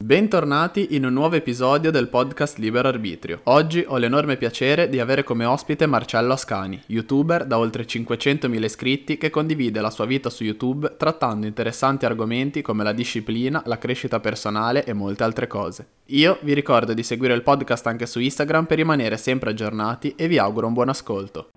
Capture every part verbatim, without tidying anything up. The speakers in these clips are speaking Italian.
Bentornati in un nuovo episodio del podcast Libero Arbitrio. Oggi ho l'enorme piacere di avere come ospite Marcello Ascani, youtuber da oltre cinquecentomila iscritti che condivide la sua vita su YouTube trattando interessanti argomenti come la disciplina, la crescita personale e molte altre cose. Io vi ricordo di seguire il podcast anche su Instagram per rimanere sempre aggiornati e vi auguro un buon ascolto.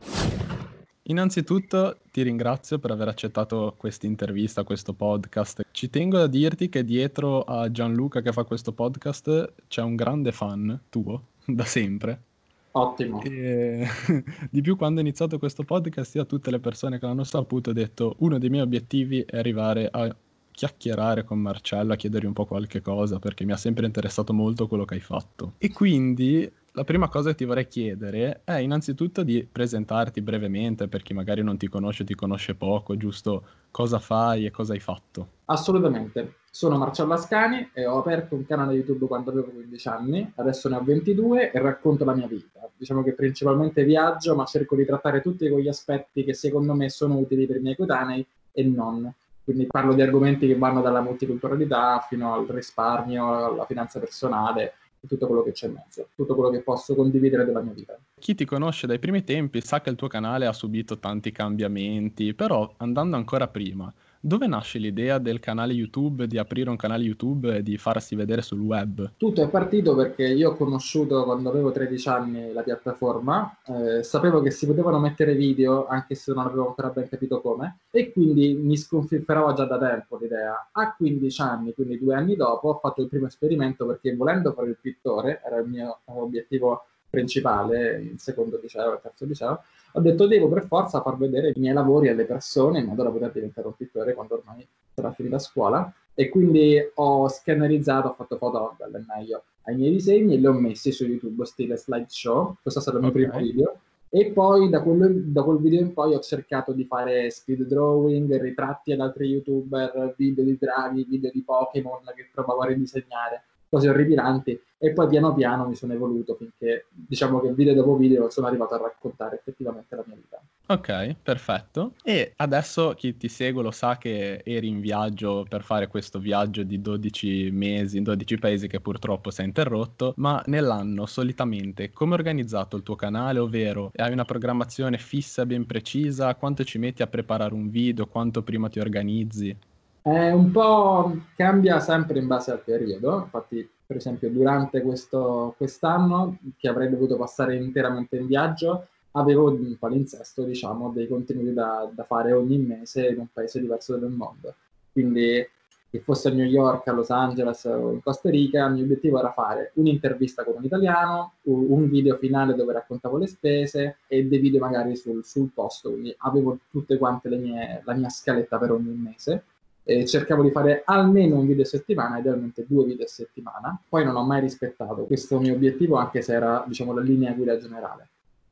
Innanzitutto ti ringrazio per aver accettato questa intervista, questo podcast. Ci tengo a dirti che dietro a Gianluca che fa questo podcast c'è un grande fan tuo, da sempre. Ottimo. E di più quando ho iniziato questo podcast io a tutte le persone che l'hanno saputo ho detto uno dei miei obiettivi è arrivare a chiacchierare con Marcello, a chiedergli un po' qualche cosa perché mi ha sempre interessato molto quello che hai fatto. E quindi la prima cosa che ti vorrei chiedere è innanzitutto di presentarti brevemente per chi magari non ti conosce, ti conosce poco, giusto cosa fai e cosa hai fatto. Assolutamente. Sono Marcello Ascani e ho aperto un canale YouTube quando avevo quindici anni, adesso ne ho ventidue e racconto la mia vita. Diciamo che principalmente viaggio, ma cerco di trattare tutti quegli aspetti che secondo me sono utili per i miei coetanei e non. Quindi parlo di argomenti che vanno dalla multiculturalità fino al risparmio, alla finanza personale, tutto quello che c'è in mezzo, tutto quello che posso condividere della mia vita. Chi ti conosce dai primi tempi sa che il tuo canale ha subito tanti cambiamenti, però andando ancora prima, dove nasce l'idea del canale YouTube, di aprire un canale YouTube e di farsi vedere sul web? Tutto è partito perché io ho conosciuto quando avevo tredici anni la piattaforma, eh, sapevo che si potevano mettere video anche se non avevo ancora ben capito come e quindi mi sconfinferava già da tempo l'idea. A quindici anni, quindi due anni dopo, ho fatto il primo esperimento perché volendo fare il pittore, era il mio obiettivo principale in secondo liceo e terzo liceo, ho detto devo per forza far vedere i miei lavori alle persone in modo da poter diventare un pittore quando ormai sarà finita scuola. E quindi ho scannerizzato, ho fatto foto belle meglio ai miei disegni e li ho messi su YouTube stile slideshow. Questo è stato il mio Ok. primo video. E poi da, quello, da quel video in poi ho cercato di fare speed drawing, ritratti ad altri youtuber, video di draghi, video di Pokémon che provavo a ridisegnare, cose orripilanti. E poi piano piano mi sono evoluto finché, diciamo che video dopo video sono arrivato a raccontare effettivamente la mia vita. Ok, perfetto. E adesso chi ti segue lo sa che eri in viaggio per fare questo viaggio di dodici mesi in dodici paesi che purtroppo si è interrotto, ma nell'anno solitamente come è organizzato il tuo canale, ovvero hai una programmazione fissa ben precisa, quanto ci metti a preparare un video, quanto prima ti organizzi? È un po' cambia sempre in base al periodo, infatti per esempio durante questo, quest'anno che avrei dovuto passare interamente in viaggio avevo un palinsesto diciamo dei contenuti da, da fare ogni mese in un paese diverso del mondo, quindi che fosse a New York, a Los Angeles o in Costa Rica, il mio obiettivo era fare un'intervista con un italiano, un video finale dove raccontavo le spese e dei video magari sul, sul posto, quindi avevo tutte quante le mie, la mia scaletta per ogni mese. E cercavo di fare almeno un video a settimana, idealmente due video a settimana. Poi non ho mai rispettato questo mio obiettivo, anche se era, diciamo, la linea guida generale.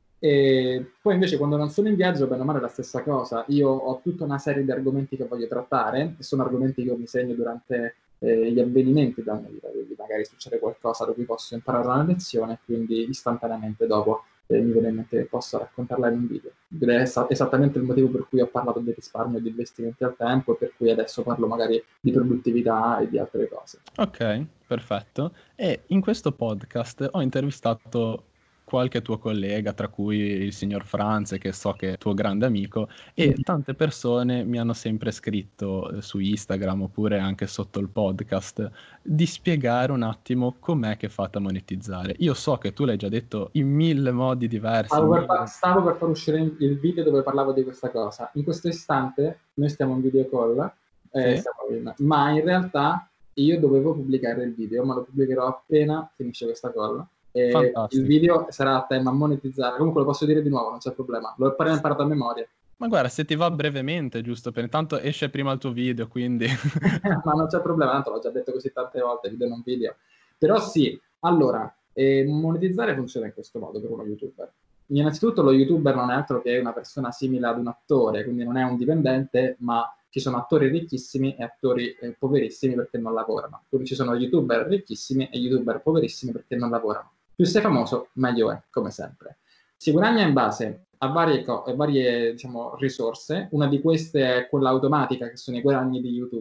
E poi invece quando non sono in viaggio, bene o male è la stessa cosa. Io ho tutta una serie di argomenti che voglio trattare, e sono argomenti che io mi segno durante eh, gli avvenimenti della mia vita, quindi magari succede qualcosa da cui posso imparare una lezione, quindi istantaneamente dopo eh, mi viene in mente che posso raccontarla in un video. Ed è es- esattamente il motivo per cui ho parlato di risparmio e di investimenti al tempo e per cui adesso parlo magari di produttività e di altre cose. Ok, perfetto. E in questo podcast ho intervistato qualche tuo collega, tra cui il signor Franz, che so che è tuo grande amico, e tante persone mi hanno sempre scritto eh, su Instagram oppure anche sotto il podcast di spiegare un attimo com'è che fate a monetizzare. Io so che tu l'hai già detto in mille modi diversi. Stavo per, Mille... fa- stavo per far uscire il video dove parlavo di questa cosa. In questo istante noi stiamo in video call, eh, Sì? stiamo in- ma in realtà io dovevo pubblicare il video, ma lo pubblicherò appena finisce questa call. E il Fantastico. video sarà a tema monetizzare. Comunque lo posso dire di nuovo, non c'è problema. L'ho appena imparato a memoria. Ma guarda, se ti va brevemente, giusto, per intanto esce prima il tuo video, quindi... Ma non c'è problema, tanto l'ho già detto così tante volte, video non video. Però sì, allora, eh, monetizzare funziona in questo modo per uno youtuber. Innanzitutto lo youtuber non è altro che una persona simile ad un attore, quindi non è un dipendente, ma ci sono attori ricchissimi e attori eh, poverissimi perché non lavorano. Quindi ci sono youtuber ricchissimi e youtuber poverissimi perché non lavorano. Più sei famoso, meglio è, come sempre. Si guadagna in base a varie, co- a varie diciamo, risorse. Una di queste è quella automatica, che sono i guadagni di YouTube.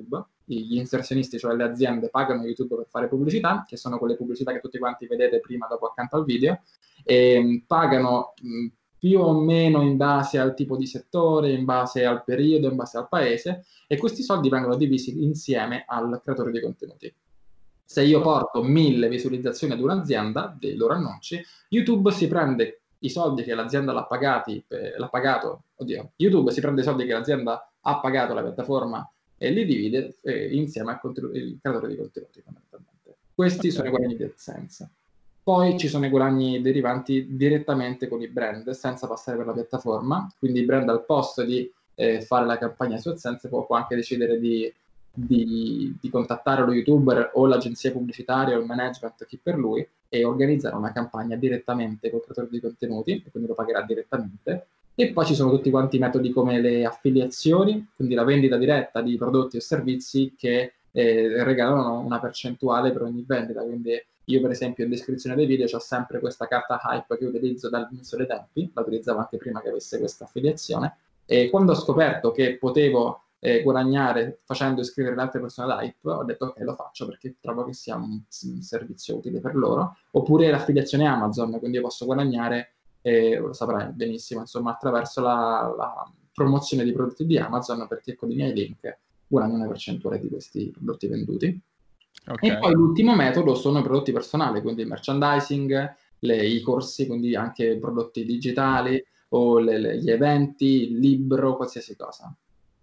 gli inserzionisti, cioè le aziende, pagano YouTube per fare pubblicità, che sono quelle pubblicità che tutti quanti vedete prima, dopo, accanto al video, e pagano mh, più o meno in base al tipo di settore, in base al periodo, in base al paese, e questi soldi vengono divisi insieme al creatore di contenuti. Se io porto mille visualizzazioni ad un'azienda dei loro annunci, YouTube si prende i soldi che l'azienda l'ha pagati, eh, l'ha pagato, oddio, YouTube si prende i soldi che l'azienda ha pagato alla piattaforma e li divide eh, insieme al, contenuto, il creatore di contenuti, fondamentalmente. Questi okay. sono i guadagni di AdSense. Poi ci sono i guadagni derivanti direttamente con i brand, senza passare per la piattaforma, quindi il brand al posto di eh, fare la campagna su AdSense può, può anche decidere di Di, di contattare lo youtuber o l'agenzia pubblicitaria o il management, chi per lui, e organizzare una campagna direttamente col creatore di contenuti, e quindi lo pagherà direttamente. E poi ci sono tutti quanti i metodi come le affiliazioni, quindi la vendita diretta di prodotti o servizi che eh, regalano una percentuale per ogni vendita. Quindi io per esempio in descrizione dei video ho sempre questa carta hype che utilizzo dall'inizio dei tempi, la utilizzavo anche prima che avesse questa affiliazione, e quando ho scoperto che potevo Eh, guadagnare facendo iscrivere le altre persone ad Hype, ho detto ok, lo faccio perché trovo che sia un, un servizio utile per loro. Oppure l'affiliazione Amazon, quindi io posso guadagnare, eh, lo saprai benissimo, insomma, attraverso la, la promozione di prodotti di Amazon, perché con i miei link guadagno una percentuale di questi prodotti venduti. Okay. E poi l'ultimo metodo sono i prodotti personali, quindi il merchandising, le, i corsi, quindi anche prodotti digitali o le, le, gli eventi, il libro, qualsiasi cosa.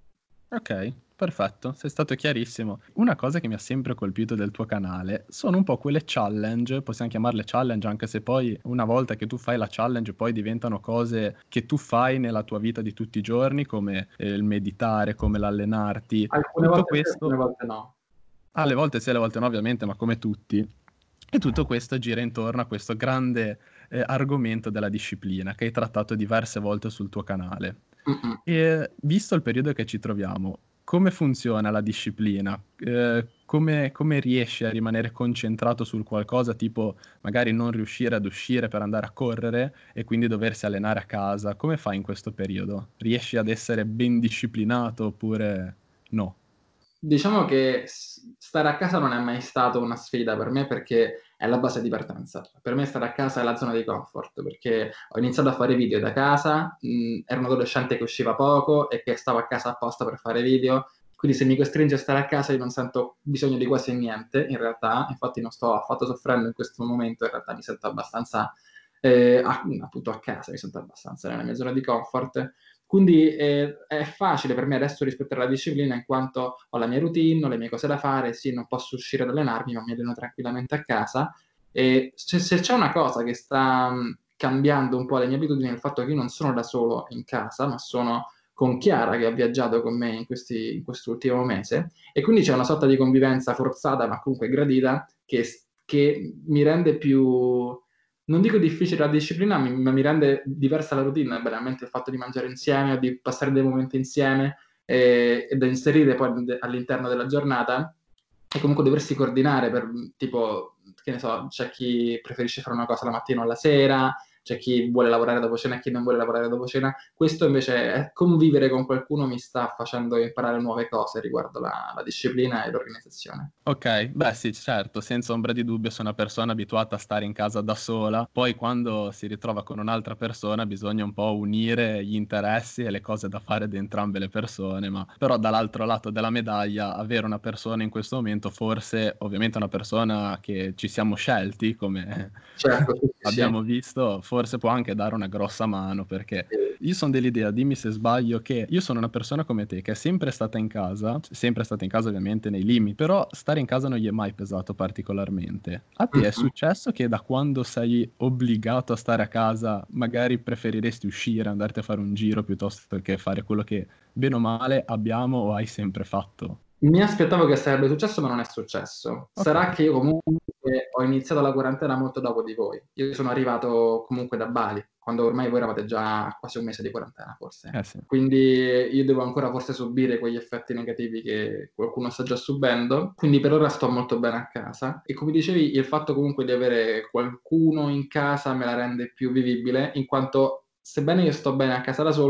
Ok, perfetto, sei stato chiarissimo. Una cosa che mi ha sempre colpito del tuo canale sono un po' quelle challenge, possiamo chiamarle challenge anche se poi una volta che tu fai la challenge poi diventano cose che tu fai nella tua vita di tutti i giorni, come eh, il meditare, come l'allenarti. Alcune Tutto volte questo... sì, alcune volte no. Alle volte sì, alle volte no, ovviamente, ma come tutti. E tutto questo gira intorno a questo grande eh, argomento della disciplina che hai trattato diverse volte sul tuo canale. Mm-mm. E visto il periodo che ci troviamo, come funziona la disciplina? Eh, come, come riesci a rimanere concentrato sul qualcosa, tipo magari non riuscire ad uscire per andare a correre e quindi doversi allenare a casa? Come fai in questo periodo? Riesci ad essere ben disciplinato oppure no? Diciamo che stare a casa non è mai stata una sfida per me, perché è la base di partenza. Per me stare a casa è la zona di comfort, perché ho iniziato a fare video da casa, mh, ero un adolescente che usciva poco e che stavo a casa apposta per fare video, quindi se mi costringe a stare a casa io non sento bisogno di quasi niente, in realtà, infatti non sto affatto soffrendo in questo momento, in realtà mi sento abbastanza, eh, a, appunto a casa, mi sento abbastanza nella mia zona di comfort. Quindi eh, è facile per me adesso rispettare la disciplina, in quanto ho la mia routine, ho le mie cose da fare, sì, non posso uscire ad allenarmi, ma mi alleno tranquillamente a casa. E se, se c'è una cosa che sta mh, cambiando un po' le mie abitudini, è il fatto che io non sono da solo in casa, ma sono con Chiara, che ha viaggiato con me in, questi, in quest'ultimo mese, e quindi c'è una sorta di convivenza forzata, ma comunque gradita, che, che mi rende più... Non dico difficile la disciplina, mi- ma mi rende diversa la routine, veramente il fatto di mangiare insieme, o di passare dei momenti insieme, eh, e da inserire poi de- all'interno della giornata, e comunque doversi coordinare per, tipo, che ne so, c'è chi preferisce fare una cosa la mattina o la sera, c'è chi vuole lavorare dopo cena e chi non vuole lavorare dopo cena. Questo invece, è convivere con qualcuno, mi sta facendo imparare nuove cose riguardo la, la disciplina e l'organizzazione. Ok, beh sì, certo, senza ombra di dubbio se una persona è abituata a stare in casa da sola, poi quando si ritrova con un'altra persona bisogna un po' unire gli interessi e le cose da fare di entrambe le persone, ma però dall'altro lato della medaglia avere una persona in questo momento, forse ovviamente una persona che ci siamo scelti, come Certo, sì, sì, abbiamo sì. visto, forse può anche dare una grossa mano, perché Sì. io sono dell'idea, dimmi se sbaglio, che io sono una persona come te che è sempre stata in casa, sempre stata in casa ovviamente nei limiti, però stare in casa non gli è mai pesato particolarmente. A te è Mhm. successo che da quando sei obbligato a stare a casa magari preferiresti uscire, andarti a fare un giro piuttosto che fare quello che bene o male abbiamo o hai sempre fatto? Mi aspettavo che sarebbe successo, ma non è successo. Ok, Sarà che io comunque ho iniziato la quarantena molto dopo di voi. Io sono arrivato comunque da Bali, quando ormai voi eravate già a quasi un mese di quarantena, forse. eh sì. Quindi io devo ancora forse subire quegli effetti negativi che qualcuno sta già subendo. Quindi per ora sto molto bene a casa. E come dicevi, il fatto comunque di avere qualcuno in casa me la rende più vivibile, in quanto sebbene io sto bene a casa da solo,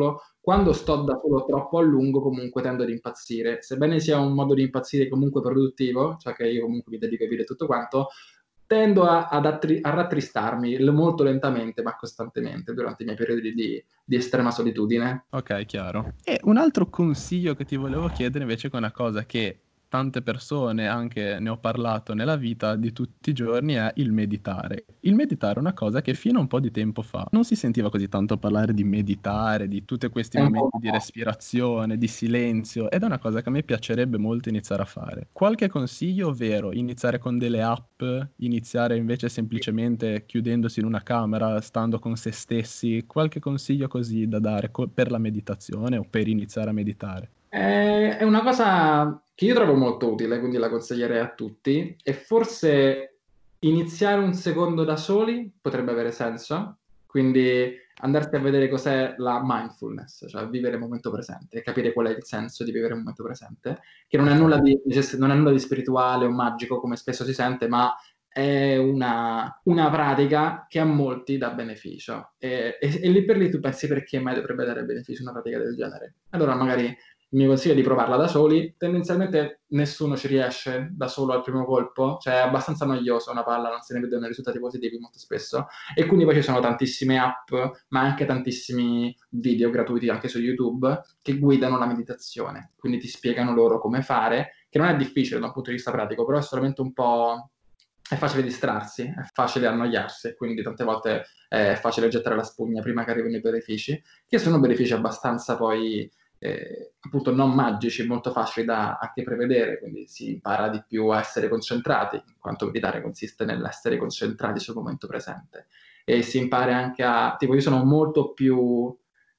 quando sto da solo troppo a lungo comunque tendo ad impazzire, sebbene sia un modo di impazzire comunque produttivo, cioè che io comunque mi dedico ai video e tutto quanto, tendo a, ad attri- a rattristarmi l- molto lentamente ma costantemente durante i miei periodi di, di estrema solitudine. Ok, chiaro. E un altro consiglio che ti volevo chiedere invece, che è una cosa che tante persone, anche ne ho parlato nella vita di tutti i giorni, è il meditare. Il meditare è una cosa che fino a un po' di tempo fa non si sentiva così tanto parlare di meditare, di tutti questi È un po' momenti di respirazione, di silenzio, ed è una cosa che a me piacerebbe molto iniziare a fare. Qualche consiglio, ovvero iniziare con delle app, iniziare invece semplicemente chiudendosi in una camera, stando con se stessi, qualche consiglio così da dare co- per la meditazione o per iniziare a meditare? È è una cosa che io trovo molto utile, quindi la consiglierei a tutti. E forse iniziare un secondo da soli potrebbe avere senso. Quindi andarsi a vedere cos'è la mindfulness, cioè vivere il momento presente e capire qual è il senso di vivere il momento presente, che non è Ok. nulla di, non è nulla di spirituale o magico come spesso si sente, ma è una, una pratica che a molti dà beneficio. E, e- e lì per lì tu pensi perché mai dovrebbe dare beneficio una pratica del genere. Allora magari il mio consiglio è di provarla da soli. Tendenzialmente nessuno ci riesce da solo al primo colpo, cioè è abbastanza noioso una palla, non se ne vedono risultati positivi molto spesso. E quindi poi ci sono tantissime app, ma anche tantissimi video gratuiti anche su YouTube che guidano la meditazione. Quindi ti spiegano loro come fare, che non è difficile da un punto di vista pratico, però è solamente un po'. È facile distrarsi, è facile annoiarsi, quindi tante volte è facile gettare la spugna prima che arrivino i benefici, che sono benefici abbastanza poi eh, appunto non magici, molto facili da anche prevedere, quindi si impara di più a essere concentrati, in quanto meditare consiste nell'essere concentrati sul momento presente. E si impara anche a, tipo io sono molto più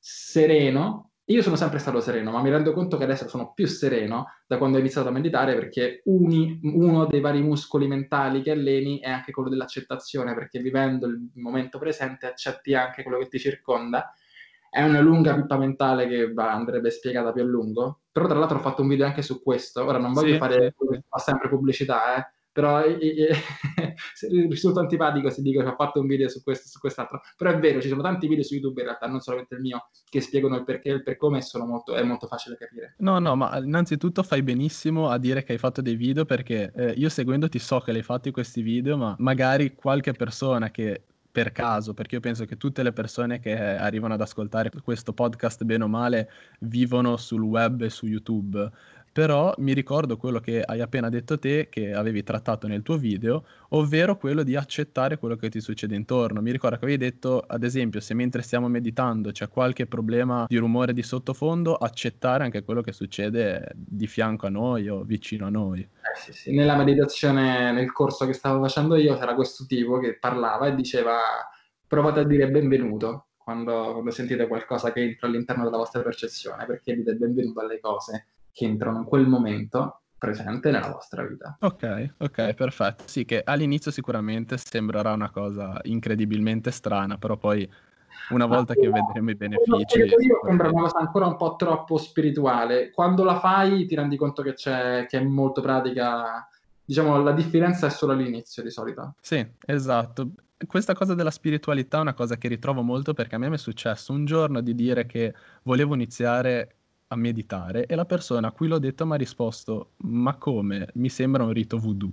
sereno, io sono sempre stato sereno, ma mi rendo conto che adesso sono più sereno da quando ho iniziato a meditare perché uni- uno dei vari muscoli mentali che alleni è anche quello dell'accettazione, perché vivendo il momento presente accetti anche quello che ti circonda. È una lunga pippa mentale che va- andrebbe spiegata più a lungo, però tra l'altro ho fatto un video anche su questo. Ora non voglio Sì, fare sì, sì. fa sempre pubblicità, eh, però eh, eh, se- risulto antipatico se dico che ho fatto un video su questo, su quest'altro. Però è vero, ci sono tanti video su YouTube in realtà, non solamente il mio, che spiegano il perché e il per come e sono molto, è molto facile capire. No, no, ma innanzitutto fai benissimo a dire che hai fatto dei video perché eh, io seguendoti so che li hai fatti questi video, ma magari qualche persona che per caso, perché io penso che tutte le persone che arrivano ad ascoltare questo podcast bene o male vivono sul web e su YouTube. Però mi ricordo quello che hai appena detto te, che avevi trattato nel tuo video, ovvero quello di accettare quello che ti succede intorno. Mi ricordo che avevi detto, ad esempio, se mentre stiamo meditando c'è qualche problema di rumore di sottofondo, accettare anche quello che succede di fianco a noi o vicino a noi. Eh, sì, sì. Nella meditazione, nel corso che stavo facendo io, c'era questo tipo che parlava e diceva provate a dire benvenuto quando, quando sentite qualcosa che entra all'interno della vostra percezione, perché dite il benvenuto alle cose che entrano in quel momento presente nella vostra vita. Ok, ok, perfetto. Sì, che all'inizio sicuramente sembrerà una cosa incredibilmente strana, però poi una Ma volta che vedremo i quello che benefici, vedo io sembra una sicuramente. cosa ancora un po' troppo spirituale. Quando la fai ti rendi conto che c'è, che è molto pratica. Diciamo, la differenza è solo all'inizio di solito. Sì, esatto. Questa cosa della spiritualità è una cosa che ritrovo molto perché a me mi è successo un giorno di dire che volevo iniziare a meditare e la persona a cui l'ho detto mi ha risposto: Ma come? Mi sembra un rito voodoo.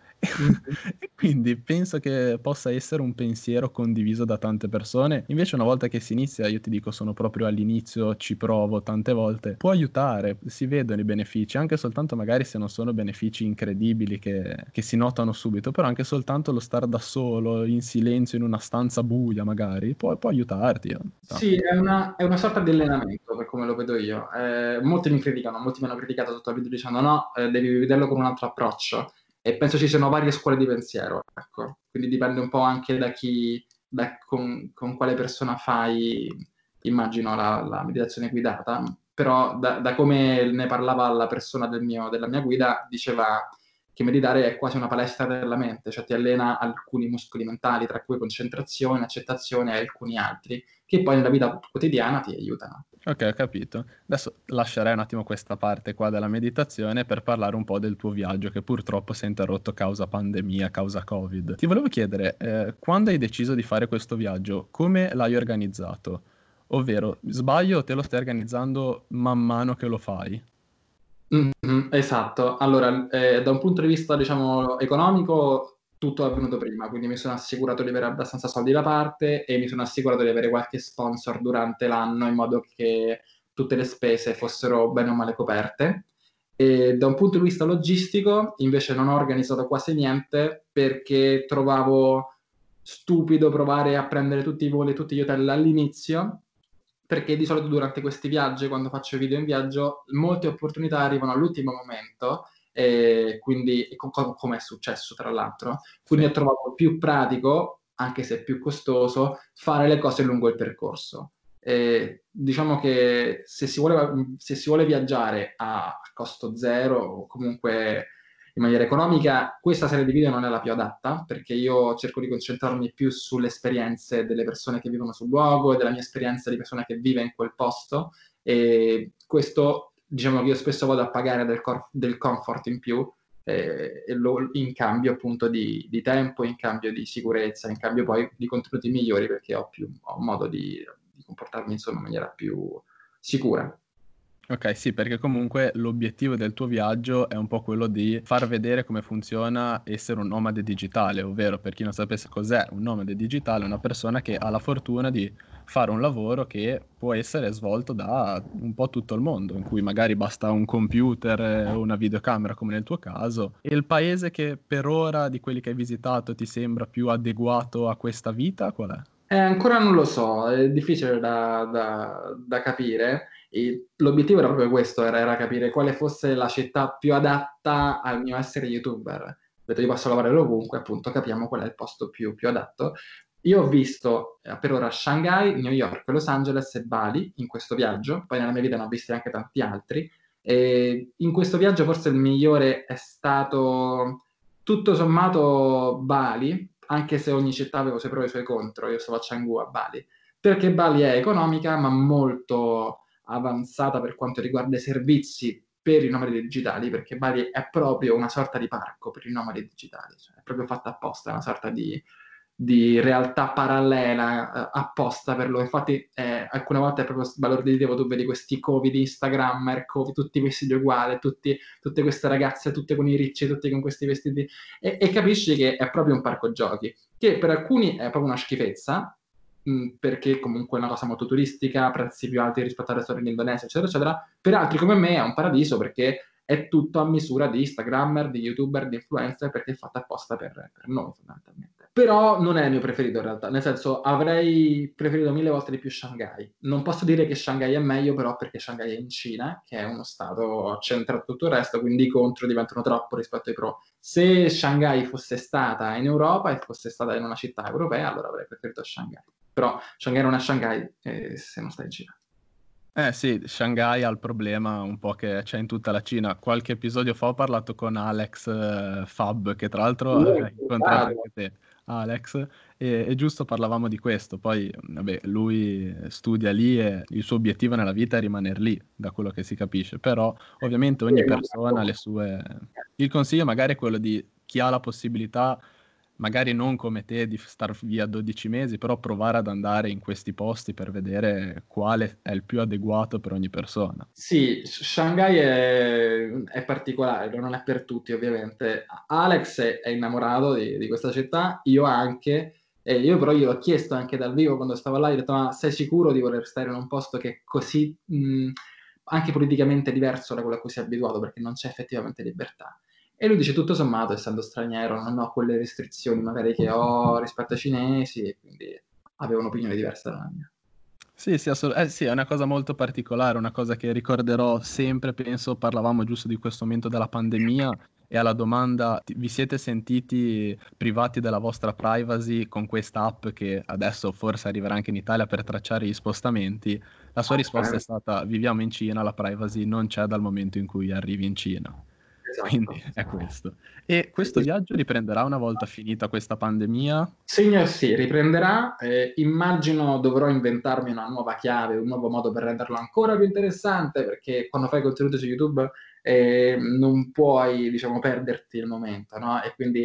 Mhm. E quindi penso che possa essere un pensiero condiviso da tante persone. Invece, una volta che si inizia, io ti dico, sono proprio all'inizio, ci provo tante volte, può aiutare, si vedono i benefici, anche soltanto magari se non sono benefici incredibili che, che si notano subito, però anche soltanto lo star da solo, in silenzio, in una stanza buia, magari, può, può aiutarti. eh. Sì, è una, è una sorta di allenamento, per come lo vedo io. Eh, molti mi criticano, molti mi hanno criticato sotto il video dicendo no, eh, devi vederlo con un altro approccio. E penso ci siano varie scuole di pensiero, ecco. Quindi dipende un po' anche da chi, da con, con quale persona fai, immagino, la, la meditazione guidata. Però da, da come ne parlava la persona del mio- della mia guida, diceva che meditare è quasi una palestra della mente, cioè ti allena alcuni muscoli mentali, tra cui concentrazione, accettazione e alcuni altri che poi nella vita quotidiana ti aiutano. Ok, ho capito. Adesso lascerei un attimo questa parte qua della meditazione per parlare un po' del tuo viaggio che purtroppo si è interrotto causa pandemia, causa Covid. Ti volevo chiedere, eh, quando hai deciso di fare questo viaggio, come l'hai organizzato? Ovvero, sbaglio o te lo stai organizzando man mano che lo fai? Mm-hmm, esatto. Allora, eh, da un punto di vista, diciamo, economico, tutto è avvenuto prima, quindi mi sono assicurato di avere abbastanza soldi da parte e mi sono assicurato di avere qualche sponsor durante l'anno in modo che tutte le spese fossero bene o male coperte. E da un punto di vista logistico, invece, non ho organizzato quasi niente perché trovavo stupido provare a prendere tutti i voli e tutti gli hotel all'inizio, perché di solito durante questi viaggi, quando faccio video in viaggio, molte opportunità arrivano all'ultimo momento, e quindi co- co- come è successo tra l'altro. Quindi Sì. ho trovato più pratico, anche se più costoso, fare le cose lungo il percorso. E diciamo che se si vuole, se si vuole viaggiare a costo zero o comunque in maniera economica, questa serie di video non è la più adatta perché io cerco di concentrarmi più sulle esperienze delle persone che vivono sul luogo e della mia esperienza di persona che vive in quel posto, e questo diciamo che io spesso vado a pagare del, cor- del comfort in più, eh, e lo- in cambio appunto di, di tempo, in cambio di sicurezza, in cambio poi di contenuti migliori perché ho più ho modo di, di comportarmi insomma in maniera più sicura. Ok, sì, perché comunque l'obiettivo del tuo viaggio è un po' quello di far vedere come funziona essere un nomade digitale, ovvero per chi non sapesse cos'è un nomade digitale, è una persona che ha la fortuna di fare un lavoro che può essere svolto da un po' tutto il mondo, in cui magari basta un computer eh, o una videocamera come nel tuo caso. E il paese che per ora di quelli che hai visitato ti sembra più adeguato a questa vita, qual è? Eh, ancora non lo so, è difficile da, da- da capire. E l'obiettivo era proprio questo, era, era capire quale fosse la città più adatta al mio essere YouTuber. Ho detto, io posso lavorare ovunque, appunto, capiamo qual è il posto più, più adatto. Io ho visto eh, per ora Shanghai, New York, Los Angeles e Bali in questo viaggio, poi nella mia vita ne ho visti anche tanti altri. E in questo viaggio forse il migliore è stato tutto sommato Bali, anche se ogni città aveva i suoi pro e i suoi contro. Io stavo a Canggu a Bali, perché Bali è economica ma molto avanzata per quanto riguarda i servizi per i nomadi digitali, perché Bali è proprio una sorta di parco per i nomadi digitali, cioè è proprio fatta apposta, è una sorta di, di realtà parallela, eh, apposta per loro. Infatti, eh, alcune volte è proprio valore di Dio, tu vedi questi covi di Instagrammer, covi, tutti vestiti uguali, tutti, tutte queste ragazze, tutte con i ricci, tutte con questi vestiti, e, e capisci che è proprio un parco giochi, che per alcuni è proprio una schifezza, mh, perché comunque è una cosa molto turistica, prezzi più alti rispetto al resto dell'Indonesia, eccetera, eccetera. Per altri come me è un paradiso perché è tutto a misura di Instagrammer, di YouTuber, di influencer, perché è fatta apposta per, per noi fondamentalmente. Però non è il mio preferito in realtà, nel senso avrei preferito mille volte di più Shanghai. Non posso dire che Shanghai è meglio, però perché Shanghai è in Cina, che è uno stato centrato tutto il resto, quindi i contro diventano troppo rispetto ai pro. Se Shanghai fosse stata in Europa e fosse stata in una città europea, allora avrei preferito Shanghai. Però Shanghai non è Shanghai eh, se non sta in Cina. Eh sì, Shanghai ha il problema un po' che c'è in tutta la Cina. Qualche episodio fa ho parlato con Alex eh, Fab, che tra l'altro Uh, hai incontrato vado. anche te, Alex, e, e giusto parlavamo di questo. Poi, vabbè, lui studia lì e il suo obiettivo nella vita è rimanere lì, da quello che si capisce. Però, ovviamente, Sì, ogni ma- persona ha le sue... Il consiglio magari è quello di chi ha la possibilità, magari non come te di star via dodici mesi, però provare ad andare in questi posti per vedere quale è il più adeguato per ogni persona. Sì, Shanghai è, è particolare, non è per tutti ovviamente. Alex è, è innamorato di, di questa città, io anche, e io però gliel'ho chiesto anche dal vivo quando stavo là, gli ho detto ma sei sicuro di voler stare in un posto che è così mh, anche politicamente diverso da quello a cui sei abituato, perché non c'è effettivamente libertà. E lui dice tutto sommato, essendo straniero, non ho quelle restrizioni magari che ho rispetto ai cinesi, e quindi aveva un'opinione diversa dalla mia. Sì, sì, assolut- eh, sì, è una cosa molto particolare, una cosa che ricorderò sempre, penso, parlavamo giusto di questo momento della pandemia e alla domanda, ti- vi siete sentiti privati della vostra privacy con questa app che adesso forse arriverà anche in Italia per tracciare gli spostamenti? La sua risposta è stata, viviamo in Cina, la privacy non c'è dal momento in cui arrivi in Cina. Esatto. Quindi è questo. E Sì, questo sì. viaggio riprenderà una volta finita questa pandemia? Signor sì, riprenderà. Eh, immagino dovrò inventarmi una nuova chiave, un nuovo modo per renderlo ancora più interessante, perché quando fai contenuto su YouTube eh, non puoi, diciamo, perderti il momento, no? E quindi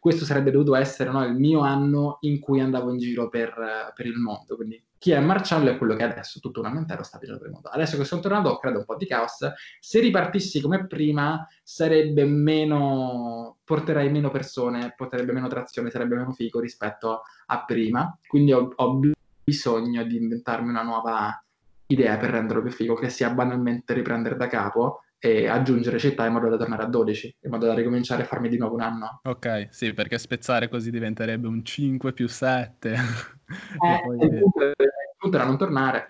questo sarebbe dovuto essere, no, il mio anno in cui andavo in giro per, per il mondo. Quindi chi è Marcello è quello che adesso, tutto un anno intero, sta viaggiando per il mondo. Adesso che sono tornato, credo un po' di caos. Se ripartissi come prima, sarebbe meno, porterei meno persone, porterebbe meno trazione, sarebbe meno figo rispetto a prima. Quindi ho, ho bisogno di inventarmi una nuova idea per renderlo più figo, che sia banalmente riprendere da capo e aggiungere città in modo da tornare a dodici, in modo da ricominciare a farmi di nuovo un anno. Ok, sì, perché spezzare così diventerebbe un cinque più sette. E Eh, il poi... punto il punto era non tornare.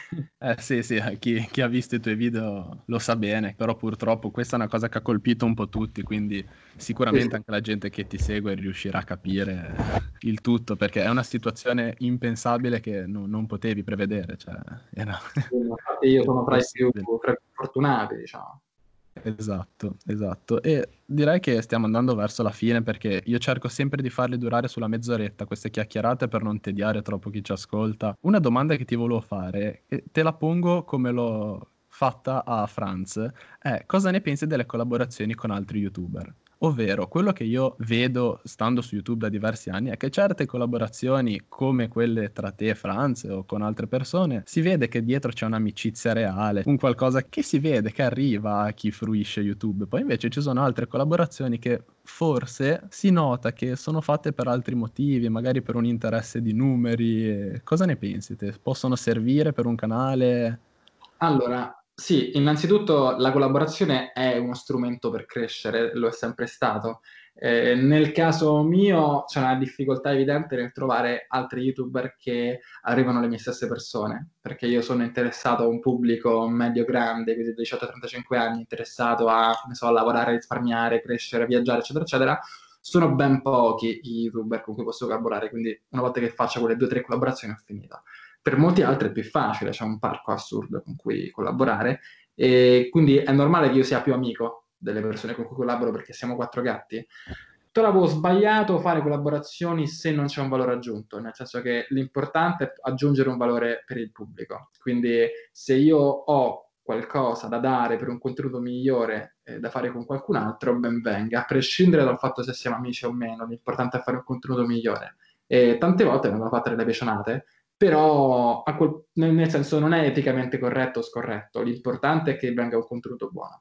Eh sì, sì, chi, chi ha visto i tuoi video lo sa bene, però purtroppo questa è una cosa che ha colpito un po' tutti, quindi Sì, sì. sicuramente anche la gente che ti segue riuscirà a capire il tutto, perché è una situazione impensabile che no- non potevi prevedere, cioè era Infatti io sono fra i più, impossibile. fra i più fortunati, diciamo. Esatto, esatto. E direi che stiamo andando verso la fine perché io cerco sempre di farli durare sulla mezz'oretta queste chiacchierate per non tediare troppo chi ci ascolta. Una domanda che ti volevo fare, e te la pongo come l'ho fatta a Franz, è cosa ne pensi delle collaborazioni con altri YouTuber? Ovvero, quello che io vedo stando su YouTube da diversi anni è che certe collaborazioni, come quelle tra te e Franz o con altre persone, si vede che dietro c'è un'amicizia reale, un qualcosa che si vede, che arriva a chi fruisce YouTube. Poi invece ci sono altre collaborazioni che forse si nota che sono fatte per altri motivi, magari per un interesse di numeri. Cosa ne pensi te? Possono servire per un canale? Allora, sì, innanzitutto la collaborazione è uno strumento per crescere, lo è sempre stato. Eh, nel caso mio c'è una difficoltà evidente nel trovare altri YouTuber che arrivano alle mie stesse persone, perché io sono interessato a un pubblico medio-grande, quindi diciotto trentacinque anni, interessato a, ne so, lavorare, risparmiare, crescere, viaggiare, eccetera, eccetera. Sono ben pochi i YouTuber con cui posso collaborare, quindi una volta che faccio quelle due o tre collaborazioni ho finito. Per molti altri è più facile, c'è un parco assurdo con cui collaborare e quindi è normale che io sia più amico delle persone con cui collaboro perché siamo quattro gatti. Trovo sbagliato fare collaborazioni se non c'è un valore aggiunto, nel senso che l'importante è aggiungere un valore per il pubblico. Quindi se io ho qualcosa da dare per un contenuto migliore eh, da fare con qualcun altro, ben venga, a prescindere dal fatto se siamo amici o meno, l'importante è fare un contenuto migliore. E tante volte vengono fatte delle pecionate, però a quel- nel, nel senso non è eticamente corretto o scorretto, l'importante è che venga un contenuto buono.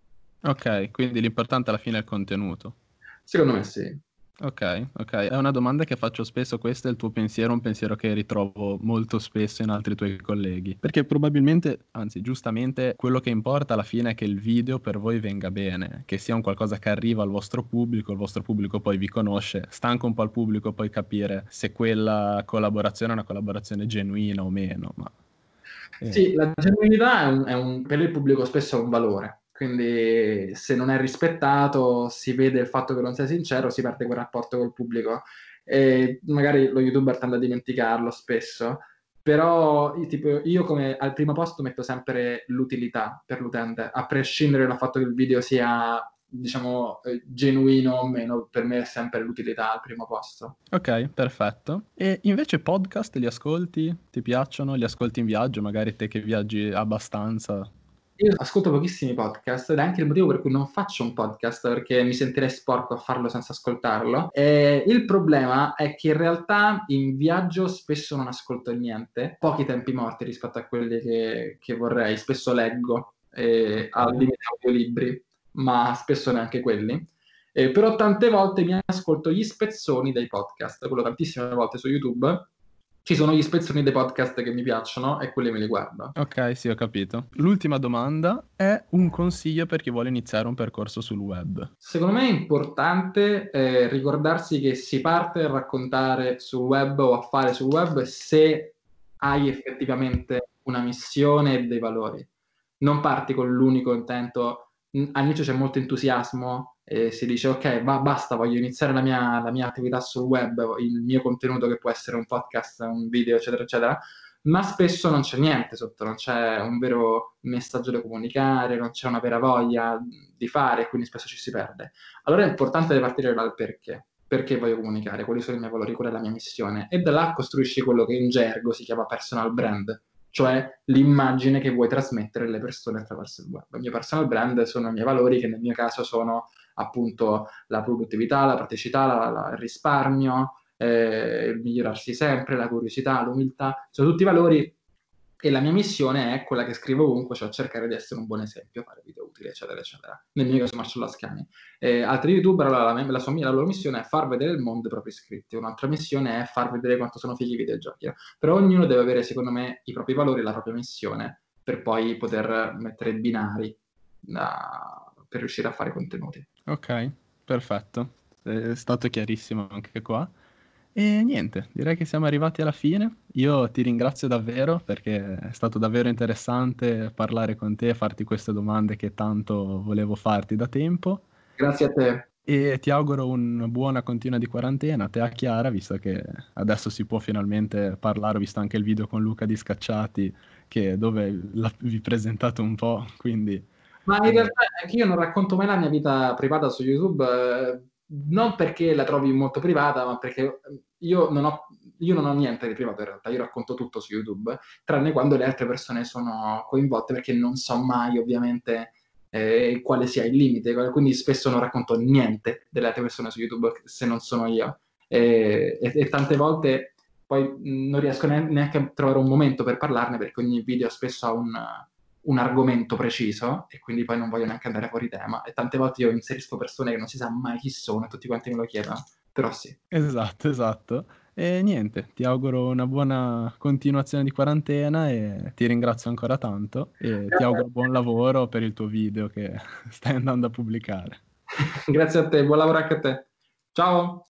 Ok, quindi l'importante alla fine è il contenuto. Secondo me sì. Ok, ok. È una domanda che faccio spesso, questo è il tuo pensiero, un pensiero che ritrovo molto spesso in altri tuoi colleghi. Perché probabilmente, anzi giustamente, quello che importa alla fine è che il video per voi venga bene, che sia un qualcosa che arriva al vostro pubblico, il vostro pubblico poi vi conosce, sta anche un po' al pubblico poi capire se quella collaborazione è una collaborazione genuina o meno, ma... eh, Sì, la genuinità è un, è un- per il pubblico spesso è un valore, quindi se non è rispettato, si vede il fatto che non sei sincero, si perde quel rapporto col pubblico. E magari lo YouTuber tende a dimenticarlo spesso, però io, tipo, io come al primo posto metto sempre l'utilità per l'utente, a prescindere dal fatto che il video sia, diciamo, eh, genuino o meno, per me è sempre l'utilità al primo posto. Ok, perfetto. E invece podcast li ascolti? Ti piacciono? Li ascolti in viaggio? Magari te che viaggi abbastanza? Io ascolto pochissimi podcast ed è anche il motivo per cui non faccio un podcast perché mi sentirei sporco a farlo senza ascoltarlo. E il problema è che in realtà in viaggio spesso non ascolto niente, pochi tempi morti rispetto a quelli che, che vorrei. Spesso leggo, eh, al Ok. limite audiolibri, ma spesso neanche quelli. Eh, però tante volte mi ascolto gli spezzoni dei podcast, quello tantissime volte su YouTube. Ci sono gli spezzoni dei podcast che mi piacciono e quelli me li guardo. Ok, sì, ho capito. L'ultima domanda è un consiglio per chi vuole iniziare un percorso sul web. Secondo me è importante eh, ricordarsi che si parte a raccontare sul web o a fare sul web se hai effettivamente una missione e dei valori. Non parti con l'unico intento. mh, All'inizio c'è molto entusiasmo e si dice ok, va, basta, voglio iniziare la mia, la mia attività sul web, il mio contenuto che può essere un podcast, un video, eccetera, eccetera, ma spesso non c'è niente sotto, non c'è un vero messaggio da comunicare, non c'è una vera voglia di fare, e quindi spesso ci si perde. Allora è importante partire dal perché. Perché voglio comunicare? Quali sono i miei valori? Qual è la mia missione? E da là costruisci quello che in gergo si chiama personal brand, cioè l'immagine che vuoi trasmettere alle persone attraverso il web. Il mio personal brand sono i miei valori, che nel mio caso sono appunto la produttività, la praticità, la, la- il risparmio, eh, il migliorarsi sempre, la curiosità, l'umiltà, sono tutti valori e la mia missione è quella che scrivo ovunque, cioè cercare di essere un buon esempio, fare video utili, eccetera, eccetera. Nel mio caso Marcello Ascani. Eh, altri youtuber, allora, la, la sua- la loro missione è far vedere il mondo ai propri iscritti, un'altra missione è far vedere quanto sono fighi i videogiochi. Però ognuno deve avere, secondo me, i propri valori e la propria missione per poi poter mettere i binari da- per riuscire a fare contenuti. Ok, perfetto. È stato chiarissimo anche qua. E niente, direi che siamo arrivati alla fine. Io ti ringrazio davvero perché è stato davvero interessante parlare con te e farti queste domande che tanto volevo farti da tempo. Grazie a te. E ti auguro una buona continua di quarantena, a te e a Chiara, visto che adesso si può finalmente parlare. Ho visto anche il video con Luca di Scacciati, che, dove la- vi presentate un po', quindi... Ma in eh, realtà è che io non racconto mai la mia vita privata su YouTube, eh, non perché la trovi molto privata, ma perché io non ho, io non ho niente di privato in realtà, io racconto tutto su YouTube, tranne quando le altre persone sono coinvolte, perché non so mai ovviamente eh, quale sia il limite, quindi spesso non racconto niente delle altre persone su YouTube se non sono io. E, e- e tante volte poi mh, non riesco ne- neanche a trovare un momento per parlarne, perché ogni video spesso ha un un argomento preciso e quindi poi non voglio neanche andare fuori tema. E tante volte io inserisco persone che non si sa mai chi sono e tutti quanti me lo chiedono, però sì. Esatto, esatto. E niente, ti auguro una buona continuazione di quarantena e ti ringrazio ancora tanto e ti Grazie a auguro buon lavoro per il tuo video che stai andando a pubblicare. te, grazie a te, buon lavoro anche a te. Ciao!